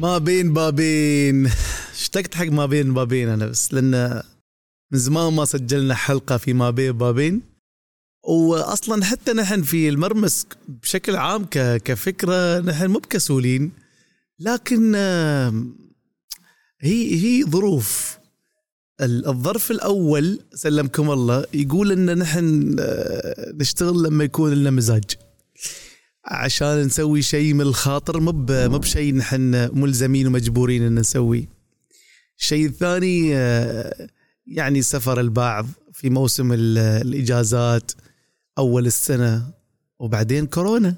ما بين بابين. اشتقت حق ما بين بابين أنا، بس لأن من زمان ما سجلنا حلقة في ما بين بابين. وأصلا حتى نحن في المرمس بشكل عام كفكرة نحن مو بكسولين، لكن هي ظروف. الظرف الأول سلمكم الله يقول إن نحن نشتغل لما يكون لنا مزاج، عشان نسوي شيء من الخاطر، مو بشيء نحن ملزمين ومجبورين إن نسوي. الشيء الثاني يعني سفر البعض في موسم الإجازات أول السنة، وبعدين كورونا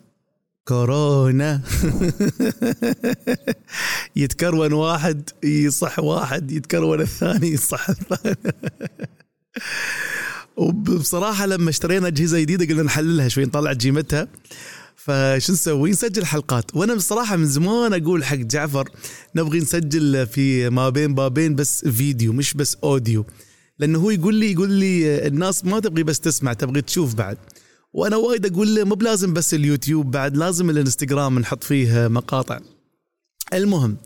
يتكرون واحد يصح واحد، يتكرون الثاني يصح الثاني. وبصراحة لما اشترينا أجهزة جديدة قلنا نحللها شوي، نطلع جيمتها، فشو نسوي؟ نسجل حلقات. وانا بصراحة من زمان اقول حق جعفر نبغي نسجل في ما بين بابين بس فيديو مش بس اوديو، لانه هو يقول لي الناس ما تبغي بس تسمع، تبغي تشوف بعد. وانا وايد اقول له مو بلازم بس اليوتيوب، بعد لازم الانستغرام نحط فيه مقاطع. المهم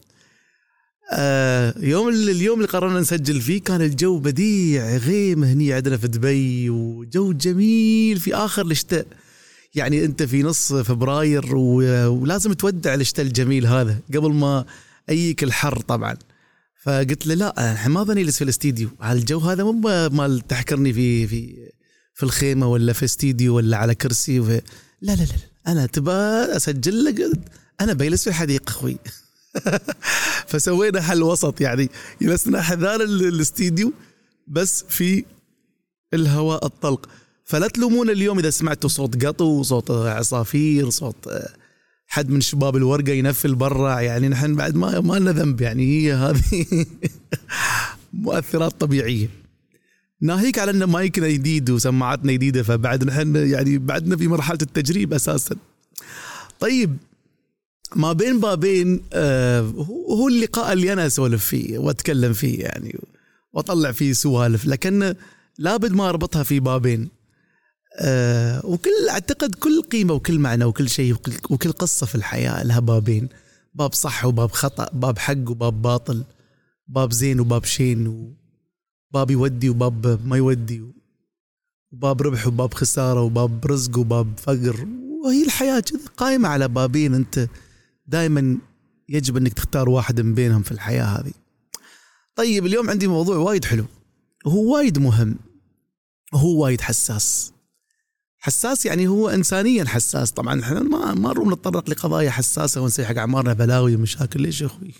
اليوم اللي قررنا نسجل فيه كان الجو بديع غيم هني عندنا في دبي، وجو جميل في آخر الشتاء. يعني أنت في نص فبراير ولازم تودع الشتاء الجميل هذا قبل ما أيك الحر طبعا. فقلت له لا، احنا ما بنجلس في الاستديو على الجو هذا، مو مال تحكرني في الخيمة ولا في استديو ولا على كرسي لا لا لا، أنا تبى أسجل لك، أنا بجلس في الحديقة أخوي. فسوينا حل وسط، يعني جلسنا حذار الاستديو بس في الهواء الطلق. فلا تلومون اليوم إذا سمعتوا صوت قطو، صوت عصافير، صوت حد من شباب الورقة ينفل برا، يعني نحن بعد ما لنا ذنب، يعني هي هذه مؤثرات طبيعية. ناهيك على أن مايكنا جديد وسماعاتنا جديدة، فبعد نحن يعني بعدنا في مرحلة التجريب أساسا. طيب ما بين بابين هو اللقاء اللي أنا أسولف فيه وأتكلم فيه يعني وأطلع فيه سوالف، لكن لابد ما أربطها في بابين. وكل أعتقد كل قيمة وكل معنى وكل شيء وكل قصة في الحياة لها بابين، باب صح وباب خطأ، باب حق وباب باطل، باب زين وباب شين، وباب يودي وباب ما يودي، وباب ربح وباب خسارة، وباب رزق وباب فقر. وهي الحياة كذا قائمة على بابين، أنت دائما يجب أنك تختار واحد من بينهم في الحياة هذه. طيب اليوم عندي موضوع وايد حلو، هو وايد مهم، هو وايد حساس، يعني هو إنسانيا حساس. طبعا احنا ما نروم نتطرق لقضايا حساسة ونسيح حق أعمارنا بلاوي ومشاكل، ليش يا أخوي؟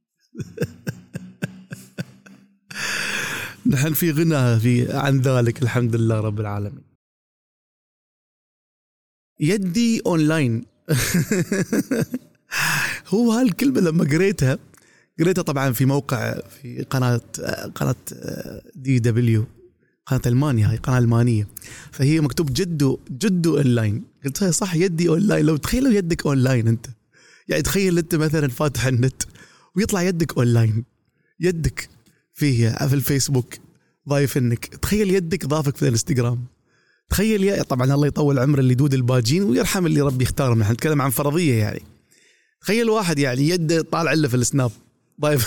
نحن في غنى عن ذلك، الحمد لله رب العالمين. يدي أونلاين. هو هالكلمة لما قريتها طبعا في موقع في قناة دي دبليو، قناة ألمانيا، هاي قناة ألمانية، فهي مكتوب جدو أونلاين. قلت هاي صح، يدي أونلاين. لو تخيلوا يدك أونلاين أنت، يعني تخيل أنت مثلا فاتح النت ويطلع يدك أونلاين، يدك فيه في الفيسبوك ضايف إنك، تخيل يدك ضافك في الانستغرام، تخيل طبعا الله يطول عمر اللي دود الباجين ويرحم اللي ربي يختارهم، نحن نتكلم عن فرضية يعني. تخيل واحد يعني يده طالع له في السناب ضايف.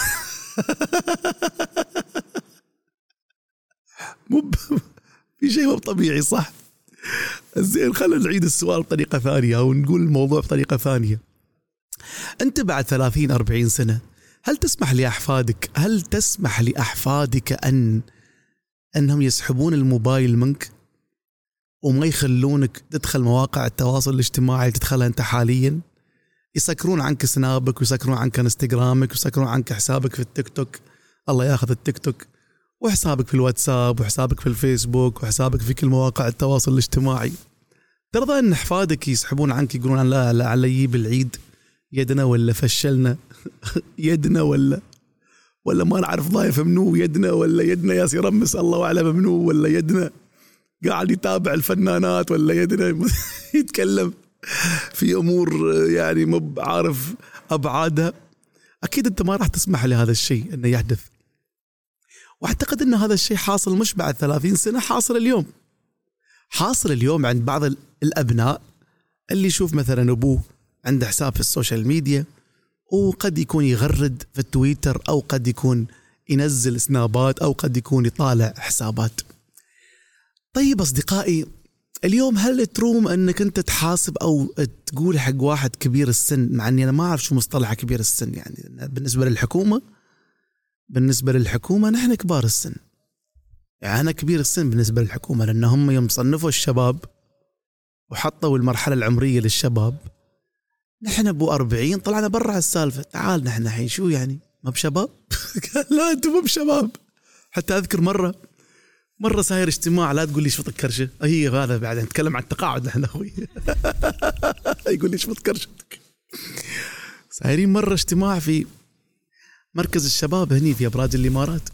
في شيء مو طبيعي صح؟ زين، خلينا نعيد السؤال بطريقة ثانية أو نقول الموضوع بطريقة ثانية. أنت بعد 30-40 سنة هل تسمح لأحفادك أنهم يسحبون الموبايل منك وما يخلونك تدخل مواقع التواصل الاجتماعي اللي تدخلها أنت حاليا؟ يسكرون عنك سنابك ويسكرون عنك انستغرامك ويسكرون عنك حسابك في التيك توك، الله ياخذ التيك توك، وحسابك في الواتساب وحسابك في الفيسبوك وحسابك في كل مواقع التواصل الاجتماعي. ترضى أن أحفادك يسحبون عنك، يقولون لا على يجيب العيد يدنا ولا فشلنا؟ يدنا ولا ما نعرف ضايف منو يدنا، ولا يدنا ياس يرمس الله أعلم منو، ولا يدنا قاعد يتابع الفنانات، ولا يدنا يتكلم في أمور يعني مو عارف أبعادها. أكيد أنت ما راح تسمح لهذا الشيء أنه يحدث. واعتقد أن هذا الشيء حاصل مش بعد 30 سنة، حاصل اليوم عند بعض الأبناء اللي يشوف مثلا أبوه عنده حساب في السوشيال ميديا وقد يكون يغرد في التويتر، أو قد يكون ينزل سنابات، أو قد يكون يطالع حسابات. طيب أصدقائي، اليوم هل تروم أنك أنت تحاسب أو تقول حق واحد كبير السن، مع أني أنا ما أعرف شو مصطلح كبير السن، يعني بالنسبة للحكومة نحن كبار السن، يعني أنا كبير السن بالنسبة للحكومة، لأن هم يوم صنفوا الشباب وحطوا المرحلة العمرية للشباب نحن أبو 40 طلعنا برا السالفة. تعال نحن الحين شو يعني ما بشباب؟ قال لا أنتم ما بشباب. حتى أذكر مرة ساير اجتماع، لا تقول لي شفط الكرشة، هي هذا بعد نتكلم عن التقاعد نحن أخوي. يقول لي شفط كرشتك. سايرين مرة اجتماع في مركز الشباب هني في أبراج الإمارات،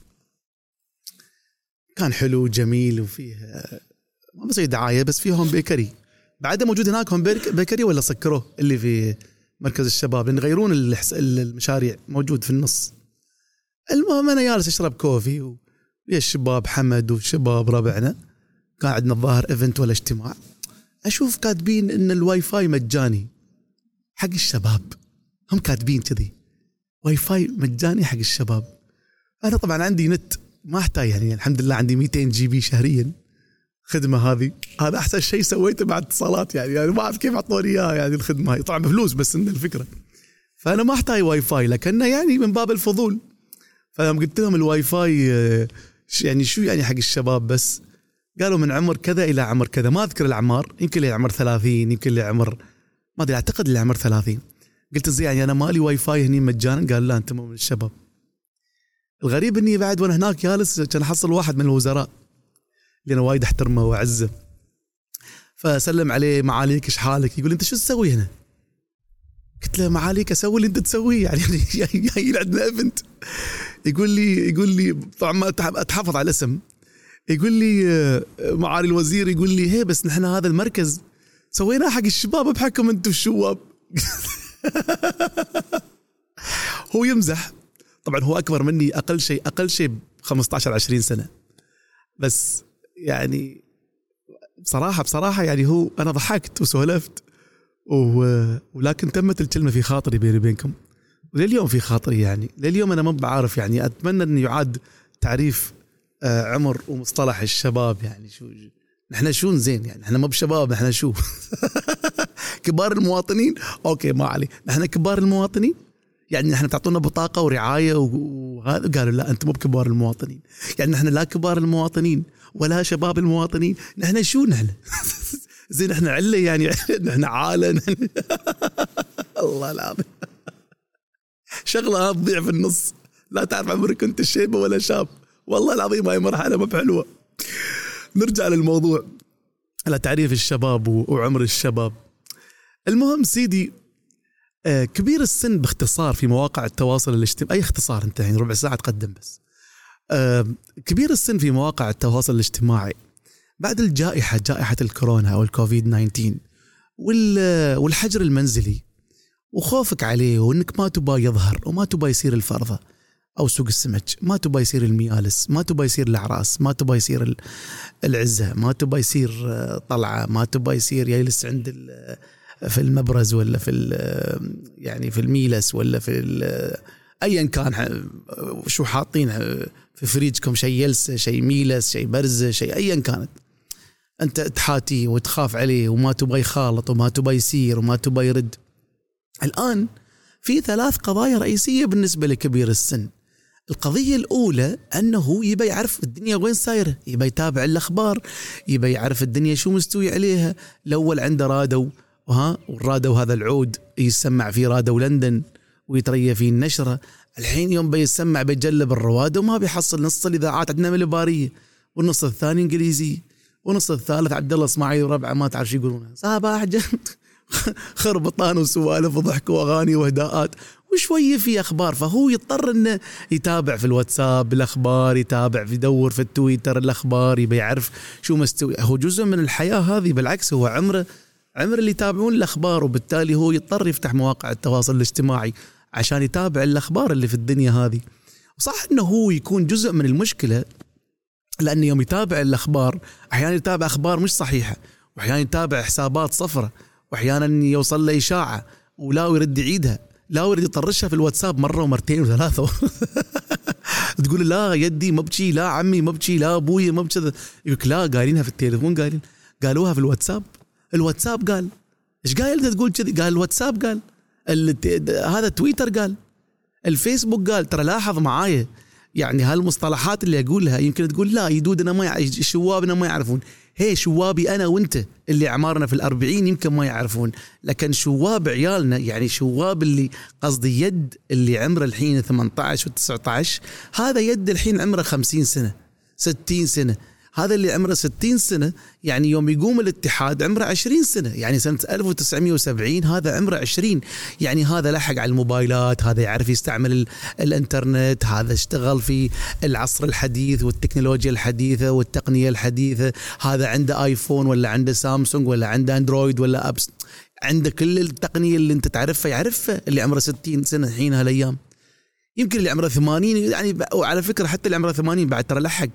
كان حلو جميل، وفيه ما بسوي دعاية بس فيه هوم بيكري. بعده موجود هناك هوم بيكري ولا سكروه اللي في مركز الشباب، لأن يغيرون المشاريع، موجود في النص. المهم أنا جالس أشرب كوفي ويا الشباب حمد وشباب ربعنا، كان عندنا الظاهر إيفنت ولا اجتماع، أشوف كاتبين إن الواي فاي مجاني حق الشباب. هم كاتبين كذي واي فاي مجاني حق الشباب. أنا طبعا عندي نت ما أحتاج، يعني الحمد لله عندي 200 جي بي شهريا خدمة هذه. هذا أحسن شيء سويته مع اتصالات، يعني ما أعرف كيف أعطوني إياه، يعني الخدمة هاي طبعا بفلوس بس إن الفكرة. فأنا ما أحتاج واي فاي، لكنه يعني من باب الفضول. فلما قلت لهم الواي فاي يعني شو يعني حق الشباب بس، قالوا من عمر كذا إلى عمر كذا، ما أذكر الأعمار، يمكن لي عمر 30، يمكن لي عمر ما أدري، أعتقد لي عمر 30. قلت زي يعني أنا مالي واي فاي هني مجانا؟ قال لا أنت مو من الشباب. الغريب إني بعد وأنا هناك جالس كان أحصل واحد من الوزراء اللي أنا وايد أحترمه وأعزه، فسلم عليه معاليك إيش حالك؟ يقول أنت شو تسوي هنا؟ قلت له معاليك أسوي اللي أنت تسويه، يعني جاي عندنا إيفنت. يقول لي طبعا ما أتحفظ على الاسم، يقول لي معالي الوزير، يقول لي هي بس نحن هذا المركز سويناه حق الشباب بحكم أنتم الشواب. هو يمزح طبعا، هو أكبر مني أقل شيء 15-20 سنة، بس يعني بصراحة يعني هو أنا ضحكت وسولفت ولكن تمت الكلمة في خاطري بيني وبينكم، ولليوم في خاطري، يعني لليوم أنا ما بعرف، يعني أتمنى أن يعاد تعريف عمر ومصطلح الشباب. يعني نحن شو زين، يعني نحن ما بشباب، نحن شو؟ كبار المواطنين. أوكي ما علي، نحن كبار المواطنين، يعني نحن تعطونا بطاقة ورعاية وهذا. قالوا لا أنتم مو بكبار المواطنين، يعني نحن لا كبار المواطنين ولا شباب المواطنين، نحن شو نحن؟ زين نحن علة، يعني نحن عالة. الله العظيم، شغلة تضيع في النص، لا تعرف عمرك أنت شيبة ولا شاب. والله العظيم هاي مرحلة ما بحلوة. نرجع للموضوع، على تعريف الشباب وعمر الشباب. المهم سيدي، كبير السن باختصار في مواقع التواصل الاجتماعي، أي اختصار أنت يعني ربع ساعة تقدم بس. كبير السن في مواقع التواصل الاجتماعي بعد الجائحة، جائحة الكورونا أو الكوفيد 19 والحجر المنزلي وخوفك عليه، وإنك ما تبى يظهر وما تبى يصير الفرضة أو سوق السمك، ما تبى يصير الميالس، ما تبى يصير الأعراس، ما تبى يصير العزة، ما تبى يصير طلعة، ما تبى يصير يجلس عند في المبرز ولا في يعني في الميلس ولا في أيا كان شو حاطين في فريجكم، شيء يلسة، شيء ميلس، شيء برزة، شيء أيا كانت، أنت تحاتيه وتخاف عليه وما تبى يخالط وما تبى يسير وما تبى يرد. الآن في 3 قضايا رئيسية بالنسبة لكبير السن. القضية الأولى أنه يبي يعرف الدنيا وين سايرة، يبي يتابع الأخبار، يبي يعرف الدنيا شو مستوي عليها. الأول عنده رادو، والرادو هذا العود يسمع فيه رادو لندن ويتريى فيه النشرة. الحين يوم بيسمع بيجلب الرواد وما بيحصل نص الإذاعات عندنا ملبارية، والنص الثاني إنجليزي، والنص الثالث عبد الله اسماعيل وربعه ما تعرف شو يقولون، صباح خربطان وسوالف وضحك واغاني واهداءات وشويه في اخبار. فهو يضطر انه يتابع في الواتساب الاخبار، يتابع يدور في التويتر الاخبار، يبي يعرف شو مستوي. هو جزء من الحياه هذه، بالعكس هو عمر اللي يتابعون الاخبار، وبالتالي هو يضطر يفتح مواقع التواصل الاجتماعي عشان يتابع الاخبار اللي في الدنيا هذه. وصح انه هو يكون جزء من المشكله، لأنه يوم يتابع الأخبار أحيانا يتابع أخبار مش صحيحة، وأحيانا يتابع حسابات صفرة، وأحيانا يوصل له إشاعة ولا يرد يعيدها، لا ورد يطرشها في الواتساب مرة ومرتين وثلاثة تقول لا يدي ما بشي، لا عمي ما بشي، لا أبوي ما بشي، يقولك لا قايلينها في التليفون، قالوها في الواتساب. الواتساب قال إيش قايل أنت تقول كذي؟ قال الواتساب قال، هذا تويتر قال، الفيسبوك قال. ترى لاحظ معايا يعني هالمصطلحات اللي أقولها يمكن تقول لا يدودنا ما شوابنا ما يعرفون. هي شوابي أنا وأنت اللي أعمارنا في 40 يمكن ما يعرفون، لكن شواب عيالنا يعني شواب اللي قصدي يد اللي عمره الحين 18 و19 هذا يد الحين عمره 50 سنة 60 سنة. هذا اللي عمره 60 سنة يعني يوم يقوم الاتحاد عمره 20 سنة، يعني سنة 1970 هذا عمره 20. يعني هذا لحق على الموبايلات، هذا يعرف يستعمل الانترنت، هذا اشتغل في العصر الحديث والتكنولوجيا الحديثة والتقنية الحديثة، هذا عنده آيفون ولا عنده سامسونج ولا عنده اندرويد ولا أبس، عنده كل التقنية اللي انت تعرفها يعرفها اللي عمره 60 سنة الحين هالأيام. يمكن اللي عمره 80 يعني، وعلى فكرة حتى اللي عمره 80 بعد ترى لحق.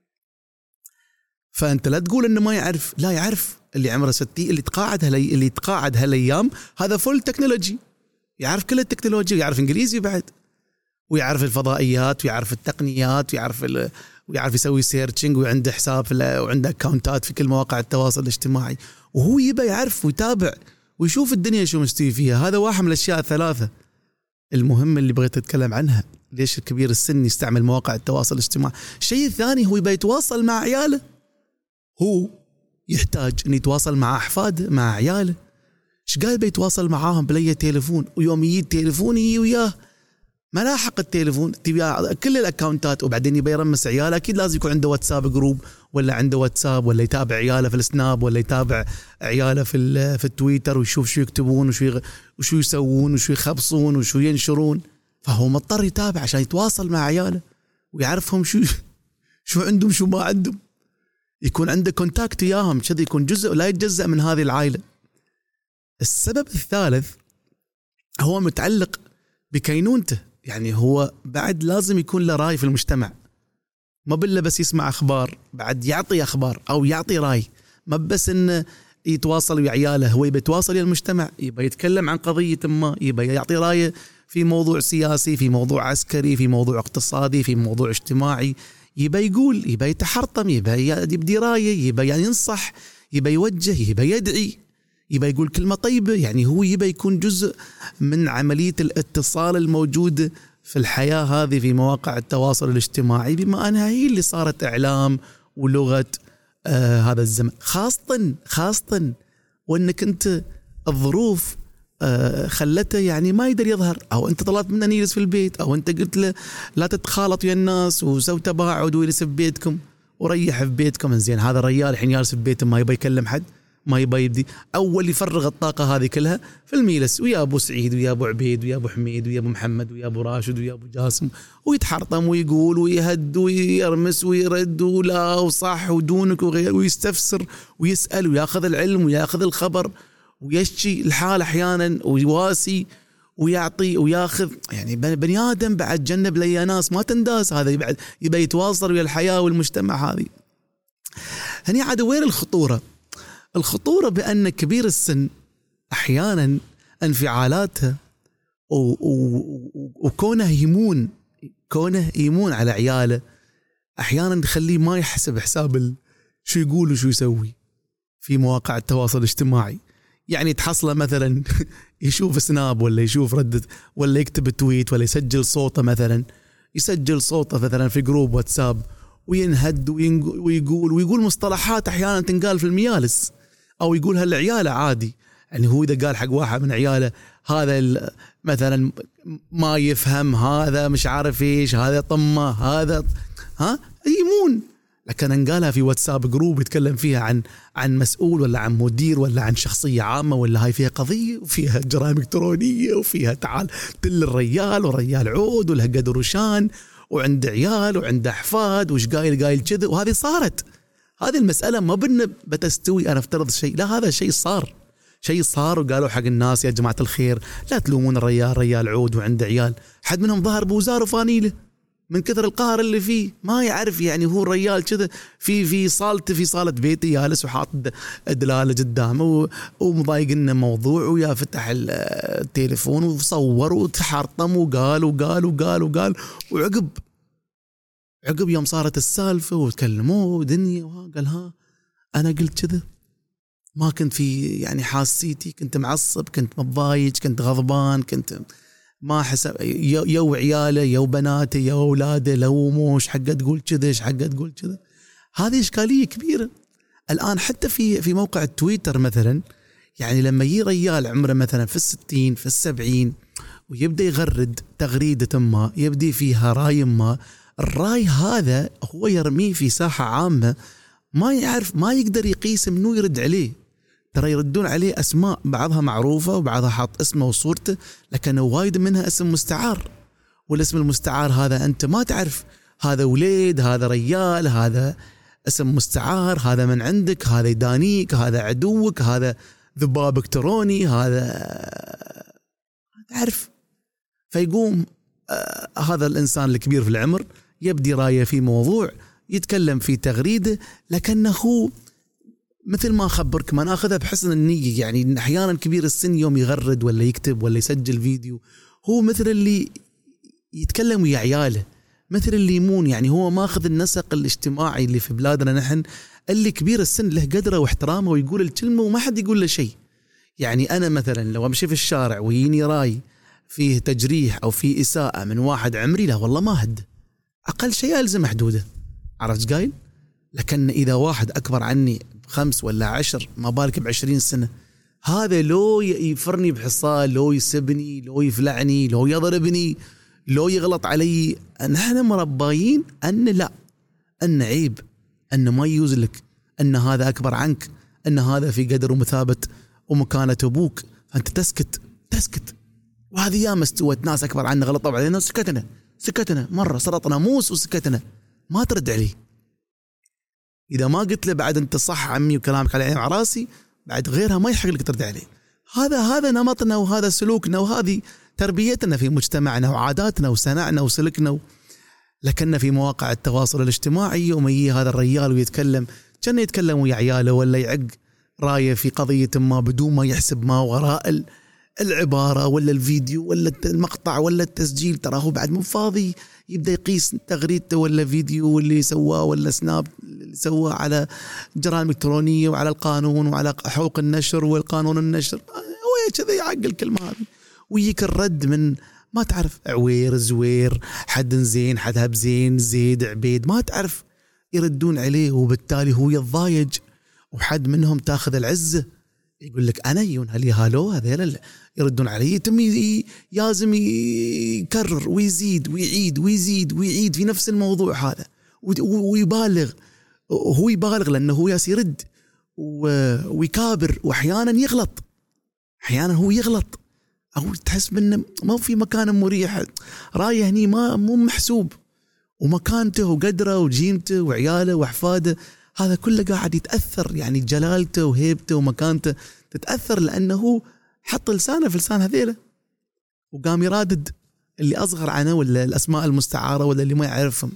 فأنت لا تقول إنه ما يعرف، لا يعرف. اللي عمره 60 اللي يتقاعد هالأيام هذا فول تكنولوجي، يعرف كل التكنولوجيا، ويعرف إنجليزي بعد، ويعرف الفضائيات، ويعرف التقنيات، ويعرف يسوي سيرشنج، وعنده حساب وعنده أكاونتات في كل مواقع التواصل الاجتماعي، وهو يبى يعرف ويتابع ويشوف الدنيا شو مستوي فيها. هذا واحد من الأشياء الثلاثة المهمة اللي بغيت أتكلم عنها. ليش الكبير السن يستعمل مواقع التواصل الاجتماعي؟ الشيء الثاني هو يبى يتواصل مع عياله، هو يحتاج أن يتواصل مع أحفاده مع عياله. إيش قال بيتواصل معاهم بلي تليفون، ويوم يجي التليفون يجي وياه ما لاحق التليفون تبي كل الأكاونتات، وبعدين يبي يرمس عياله. أكيد لازم يكون عنده واتساب جروب، ولا عنده واتساب، ولا يتابع عياله في السناب، ولا يتابع عياله في التويتر ويشوف شو يكتبون وشو يسوون وشو يخبصون وشو ينشرون. فهو مضطر يتابع عشان يتواصل مع عياله ويعرفهم شو عندهم شو ما عندهم، يكون عنده كونتاكت وياهم كذا، يكون جزء لا يتجزأ من هذه العائلة. السبب الثالث هو متعلق بكينونته، يعني هو بعد لازم يكون له رأي في المجتمع، ما بلا بس يسمع أخبار، بعد يعطي أخبار أو يعطي رأي. ما بس إنه يتواصل ويا عياله، هو يبي يتواصل ويا المجتمع، يبي يتكلم عن قضية ما، يبي يعطي رأيه في موضوع سياسي، في موضوع عسكري، في موضوع اقتصادي، في موضوع اجتماعي، يبي يقول، يبي يتحرطم، يبي يبدي رايه، يبي ينصح، يبي يوجه، يبي يدعي، يبي يقول كلمة طيبة. يعني هو يبي يكون جزء من عملية الاتصال الموجودة في الحياة هذه في مواقع التواصل الاجتماعي، بما أنها هي اللي صارت إعلام ولغة هذا الزمن، خاصة وأنك أنت الظروف خلته يعني ما يقدر يظهر، أو أنت طلبت منه يجلس في البيت، أو أنت قلت له لا تتخالط ويا الناس وسوي تباعد ويجلس في بيتكم وريح في بيتكم. إنزين هذا الرجال الحين جالس في بيته ما يبي يكلم حد، ما يبي يبدي، أول يفرغ الطاقة هذه كلها في الميلس ويا أبو سعيد ويا أبو عبيد ويا أبو حميد ويا أبو محمد ويا أبو راشد ويا أبو جاسم، ويتحرطم ويقول ويهد ويرمس ويرد ولا وصح ودونك ويستفسر ويسأل وياخذ العلم وياخذ الخبر ويشتي الحال أحيانا ويواسي ويعطي وياخذ. يعني بني آدم بعد جنب لي ناس ما تنداس، هذا بعد يبي يتواصل ويا الحياة والمجتمع. هذه هني عاد وين الخطورة بأن كبير السن أحيانا انفعالاته وكونه يمون على عياله أحيانا تخليه ما يحسب حساب شو يقول وشو يسوي في مواقع التواصل الاجتماعي. يعني تحصله مثلا يشوف سناب ولا يشوف ردة ولا يكتب تويت ولا يسجل صوته مثلا في جروب واتساب وينهد ويقول مصطلحات أحيانا تنقال في الميالس أو يقولها لعياله عادي. يعني هو إذا قال حق واحد من عياله هذا مثلا ما يفهم، هذا مش عارف إيش، هذا طمة، هذا يمون. لكن انقالها في واتساب جروب يتكلم فيها عن مسؤول ولا عن مدير ولا عن شخصية عامة، ولا هاي فيها قضية وفيها جرائم إلكترونية وفيها تعال تل الريال وريال عود ولها قدر وشان وعند عيال وعند أحفاد وش قايل كذا. وهذه صارت، هذه المسألة ما بتستوي أنا افترض شيء، لا هذا شيء صار وقالوا حق الناس يا جماعة الخير لا تلومون الريال عود وعند عيال، حد منهم ظهر بوزار وفانيله من كثر القهر اللي فيه ما يعرف يعني هو الرجال كذا في صالة بيتي جالس وحاط دلالة قدامه ومضايق لنا موضوع ويا فتح التليفون وصور وتحرطم وقال وعقب يوم صارت السالفة وتكلموه دنيا قال ها أنا قلت كذا ما كنت في يعني حاسيتي كنت معصب كنت متضايق كنت غضبان كنت ما حسب يو عياله يو بناته يو اولاده لو موش حقه تقول كذا ايش حقه تقول كذا. هذه اشكاليه كبيره الان حتى في موقع التويتر مثلا. يعني لما يجي رجال عمره مثلا في 60 في 70 ويبدا يغرد تغريده ما يبدي فيها راي ما، الراي هذا هو يرميه في ساحه عامه ما يعرف ما يقدر يقيس منو يرد عليه. ترى يردون عليه أسماء بعضها معروفة وبعضها حاط اسمه وصورته، لكن وايد منها اسم مستعار، والاسم المستعار هذا أنت ما تعرف هذا وليد هذا ريال هذا اسم مستعار هذا من عندك هذا يدانيك هذا عدوك هذا ذباب إلكتروني هذا تعرف. فيقوم هذا الإنسان الكبير في العمر يبدي رايه في موضوع يتكلم في تغريده، لكنه مثل ما أخبرك ما ناخذها بحسن النية. يعني أحيانا كبير السن يوم يغرد ولا يكتب ولا يسجل فيديو هو مثل اللي يتكلم ويا عياله، مثل اللي يمون. يعني هو ماخذ النسق الاجتماعي اللي في بلادنا نحن، اللي كبير السن له قدره واحترامه ويقول الكلمة وما حد يقول له شيء. يعني أنا مثلا لو أمشي في الشارع ويني راي فيه تجريح أو فيه إساءة من واحد عمري، لا والله ما هد، أقل شيء ألزم حدوده، عرفت قايل؟ لكن إذا واحد أكبر عني 5 ولا 10 ما بالك ب20 سنة، هذا لو يفرني بحصان لو يسبني لو يفلعني لو يضربني لو يغلط علي، نحن مرباين أن لا، أن عيب، أن ما يجوز لك، أن هذا أكبر عنك، أن هذا في قدر ومثابة ومكانة أبوك، فأنت تسكت. وهذه ياما استوت ناس أكبر عنا غلطوا علينا سكتنا مرة صرت ناموس وسكتنا، ما ترد عليه. إذا ما قلت له بعد أنت صح عمي وكلامك على عيني وعلى راسي، بعد غيرها ما يحق لك ترد عليه. هذا نمطنا وهذا سلوكنا وهذه تربيتنا في مجتمعنا وعاداتنا وسنعنا وسلكنا. لكن في مواقع التواصل الاجتماعي يوم يجي هذا الرجال ويتكلم كان يتكلم ويا عياله ولا يعق رايه في قضية ما بدون ما يحسب ما وراء العبارة ولا الفيديو ولا المقطع ولا التسجيل، تراه بعد مو فاضي يبدأ يقيس تغريدته ولا فيديو اللي سواه ولا سناب اللي سواه على جرائم إلكترونية وعلى القانون وعلى حقوق النشر والقانون النشر. هو كذا يعقل الكلمة هذه ويجيك الرد من ما تعرف عوير زوير حد زين حد هب زين زيد عبيد ما تعرف، يردون عليه وبالتالي هو يتضايج، وحد منهم تاخذ العزة يقول لك أنا يون هلي هالو هذيل يردون عليه يتم لازم يكرر ويزيد ويعيد ويزيد ويعيد في نفس الموضوع هذا ويبالغ، هو يبالغ لأنه هو يرد ويكابر وأحيانا يغلط، أحيانا هو يغلط أو تحس منه ما في مكان مريح، رايه هني ما مو محسوب، ومكانته وقدره وجيمته وعياله وأحفاده هذا كله قاعد يتأثر، يعني جلالته وهيبته ومكانته تتأثر لأنه حط لسانه في لسان هذيله وقام يرادد اللي أصغر عنه ولا الأسماء المستعارة ولا اللي ما يعرفهم،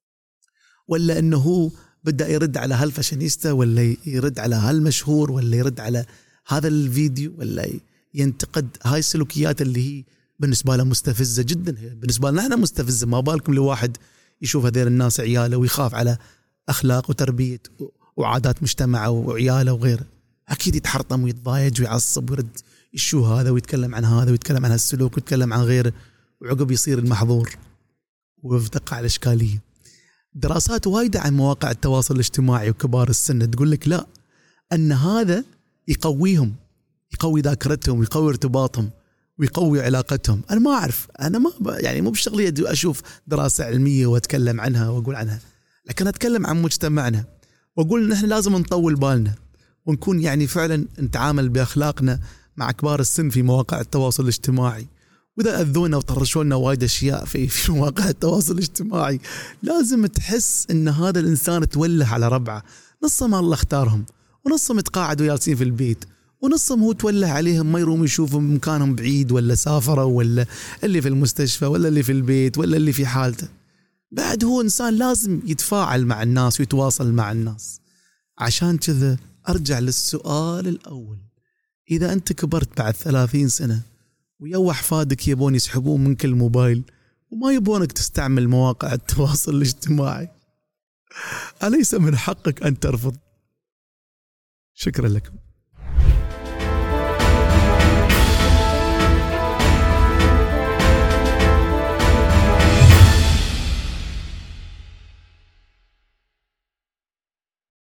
ولا أنه بدأ يرد على هالفاشينيستا ولا يرد على هالمشهور ولا يرد على هذا الفيديو ولا ينتقد هاي السلوكيات اللي هي بالنسبة له مستفزة جدا، بالنسبة لنا احنا مستفزة، ما بالكم لواحد يشوف هذيل الناس عياله ويخاف على أخلاق وتربية وعادات مجتمعه وعياله وغيره، أكيد يتحرطم ويتضايج ويعصب ويرد يشو هذا ويتكلم عن هذا ويتكلم عن هالسلوك ويتكلم عن غيره، وعقب يصير المحظور ويفتقع الإشكالية. دراسات وايدة عن مواقع التواصل الاجتماعي وكبار السن تقول لك لا، أن هذا يقويهم، يقوي ذاكرتهم ويقوي ارتباطهم ويقوي علاقتهم. أنا ما أعرف، أنا ما يعني مو بشغلي أشوف دراسة علمية وأتكلم عنها وأقول عنها، لكن أتكلم عن مجتمعنا وأقول نحن لازم نطول بالنا ونكون يعني فعلا نتعامل بأخلاقنا مع كبار السن في مواقع التواصل الاجتماعي. وإذا أذونا وطرشونا وايد أشياء في مواقع التواصل الاجتماعي، لازم تحس إن هذا الإنسان توله على ربعه، نصهم الله اختارهم ونصهم يتقاعدوا ويالسين في البيت، ونصهم هو توله عليهم ما يروم يشوفوا مكانهم بعيد ولا سافروا ولا اللي في المستشفى ولا اللي في البيت ولا اللي في حالته. بعد هو إنسان لازم يتفاعل مع الناس ويتواصل مع الناس. عشان كذا أرجع للسؤال الأول، إذا أنت كبرت بعد 30 سنة ويا أحفادك يبون يسحبون منك الموبايل وما يبونك تستعمل مواقع التواصل الاجتماعي، أليس من حقك أن ترفض؟ شكرا لكم.